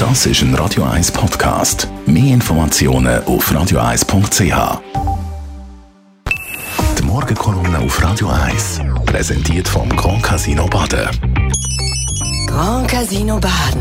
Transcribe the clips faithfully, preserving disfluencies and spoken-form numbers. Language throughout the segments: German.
Das ist ein Radio eins Podcast. Mehr Informationen auf radio eins punkt c h. Die Morgenkolumne auf Radio eins. Präsentiert vom Grand Casino Baden. Grand Casino Baden.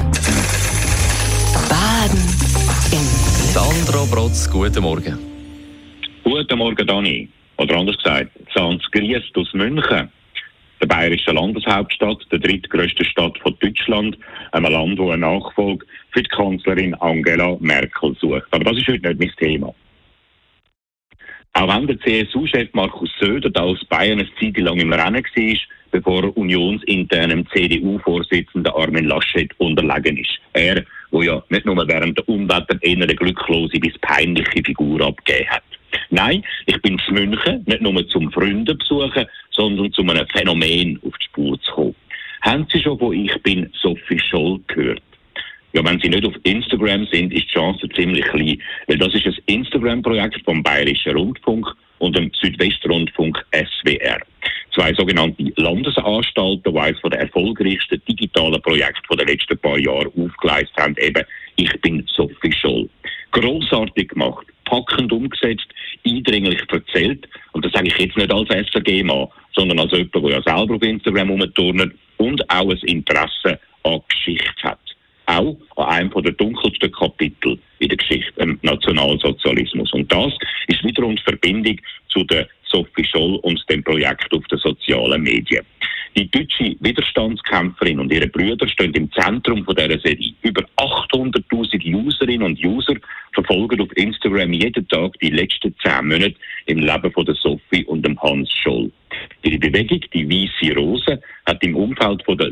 Baden im Glück. Sandro Brotz, guten Morgen. Guten Morgen, Dani. Oder anders gesagt, Sanskrit aus München, der bayerischen Landeshauptstadt, der drittgrößten Stadt von Deutschland, einem Land, das eine Nachfolge für die Kanzlerin Angela Merkel sucht. Aber das ist heute nicht mein Thema. Auch wenn der C S U-Chef Markus Söder da aus Bayern eine Zeit lang im Rennen war, bevor er unionsinternem C D U-Vorsitzenden Armin Laschet unterlegen ist. Er, der ja nicht nur während der Unwetter eher eine glücklose bis peinliche Figur abgegeben hat. Nein, ich bin in München nicht nur zum Freunde besuchen, sondern zu einem Phänomen auf die Spur zu kommen. Haben Sie schon von «Ich bin Sophie Scholl» gehört? Ja, wenn Sie nicht auf Instagram sind, ist die Chance ziemlich klein, weil das ist ein Instagram-Projekt vom Bayerischen Rundfunk und dem Südwestrundfunk S W R. Zwei sogenannte Landesanstalten, die eines der erfolgreichsten digitalen Projekte der letzten paar Jahre aufgeleistet haben, eben «Ich bin Sophie Scholl». Grossartig gemacht, packend umgesetzt, eindringlich erzählt. Und das sage ich jetzt nicht als S R G-Mann, sondern als jemand, der ja selber auf Instagram rumturnt und auch ein Interesse an Geschichte hat. Auch an einem der dunkelsten Kapitel in der Geschichte, dem Nationalsozialismus. Und das ist wiederum die Verbindung zu der Sophie Scholl und dem Projekt auf den sozialen Medien. Die deutsche Widerstandskämpferin und ihre Brüder stehen im Zentrum von dieser Serie. Über achthunderttausend Userinnen und User verfolgen auf Instagram jeden Tag die letzten zehn Monate im Leben von der Sophie und dem Hans Scholl. Ihre Bewegung, die Weisse Rose, hat im Umfeld von der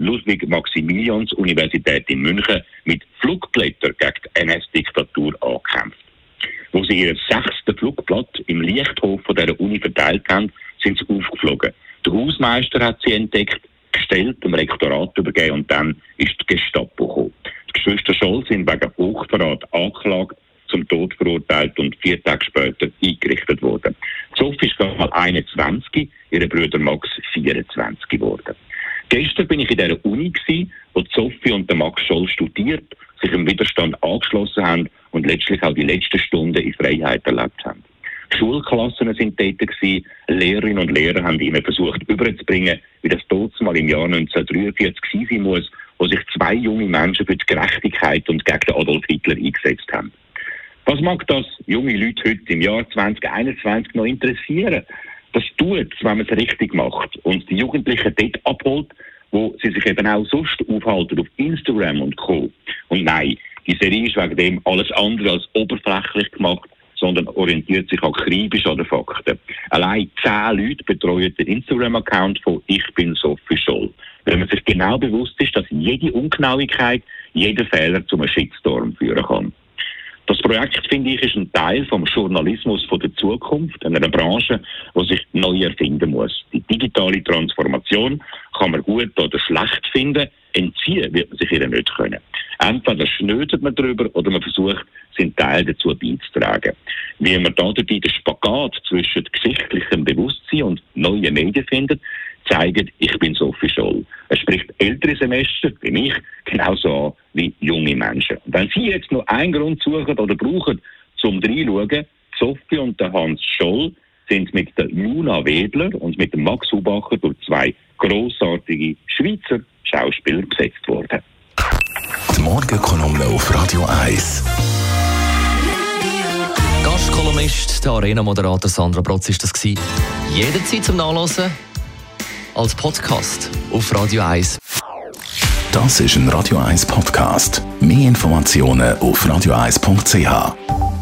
Ludwig-Maximilians-Universität in München mit Flugblättern gegen die N S-Diktatur angekämpft. Wo sie ihr sechstes Flugblatt im Lichthof von dieser Uni verteilt haben, sind sie aufgeflogen. Der Hausmeister hat sie entdeckt, gestellt, dem Rektorat übergeben und dann ist die Gestapo gekommen. Die Geschwister Scholl sind wegen Hochverrat angeklagt, zum Tod verurteilt und vier Tage später eingerichtet worden. Sophie ist gerade mal einundzwanzig, ihre Brüder Max vierundzwanzig geworden. Gestern bin ich in dieser Uni gewesen, wo Sophie und der Max Scholl studiert, sich im Widerstand angeschlossen haben und letztlich auch die letzten Stunden in Freiheit erlebt haben. Schulklassen sind dort gewesen, Lehrerinnen und Lehrer haben ihnen versucht überzubringen, wie das damals im Jahr neunzehnhundertdreiundvierzig sein muss, wo sich zwei junge Menschen für die Gerechtigkeit und gegen Adolf Hitler eingesetzt haben. Was mag das junge Leute heute im Jahr zwanzig einundzwanzig noch interessieren? Das tut es, wenn man es richtig macht und die Jugendlichen dort abholt, wo sie sich eben auch sonst aufhalten, auf Instagram und Co. Und nein, die Serie ist wegen dem alles andere als oberflächlich gemacht, sondern orientiert sich akribisch an den Fakten. Allein zehn Leute betreuen den Instagram-Account von «Ich bin Sophie Scholl». Wenn man sich genau bewusst ist, dass jede Ungenauigkeit, jeder Fehler zu einem Shitstorm führen kann. Das Projekt, finde ich, ist ein Teil vom Journalismus von der Zukunft, einer Branche, die sich neu erfinden muss. Die digitale Transformation kann man gut oder schlecht finden, entziehen wird man sich ihr nicht können. Entweder schnödet man darüber oder man versucht, seinen Teil dazu beizutragen. Wie man da dabei den Spagat zwischen geschichtlichem Bewusstsein und neuen Medien findet, zeigt «Ich bin Sophie Scholl». Es spricht ältere Semester, wie mich, genauso an wie junge Menschen. Und wenn Sie jetzt noch einen Grund suchen oder brauchen, zum reinschauen, Sophie und der Hans Scholl sind mit der Luna Wedler und mit dem Max Hubacher durch zwei grossartige Schweizer Schauspieler besetzt worden. Die Morgenkolumne auf Radio eins. Gastkolumnist, der Arena-Moderator Sandro Brotz ist das gewesen. Jederzeit zum Nachlesen als Podcast auf Radio eins. Das ist ein Radio eins Podcast. Mehr Informationen auf radio eins punkt c h.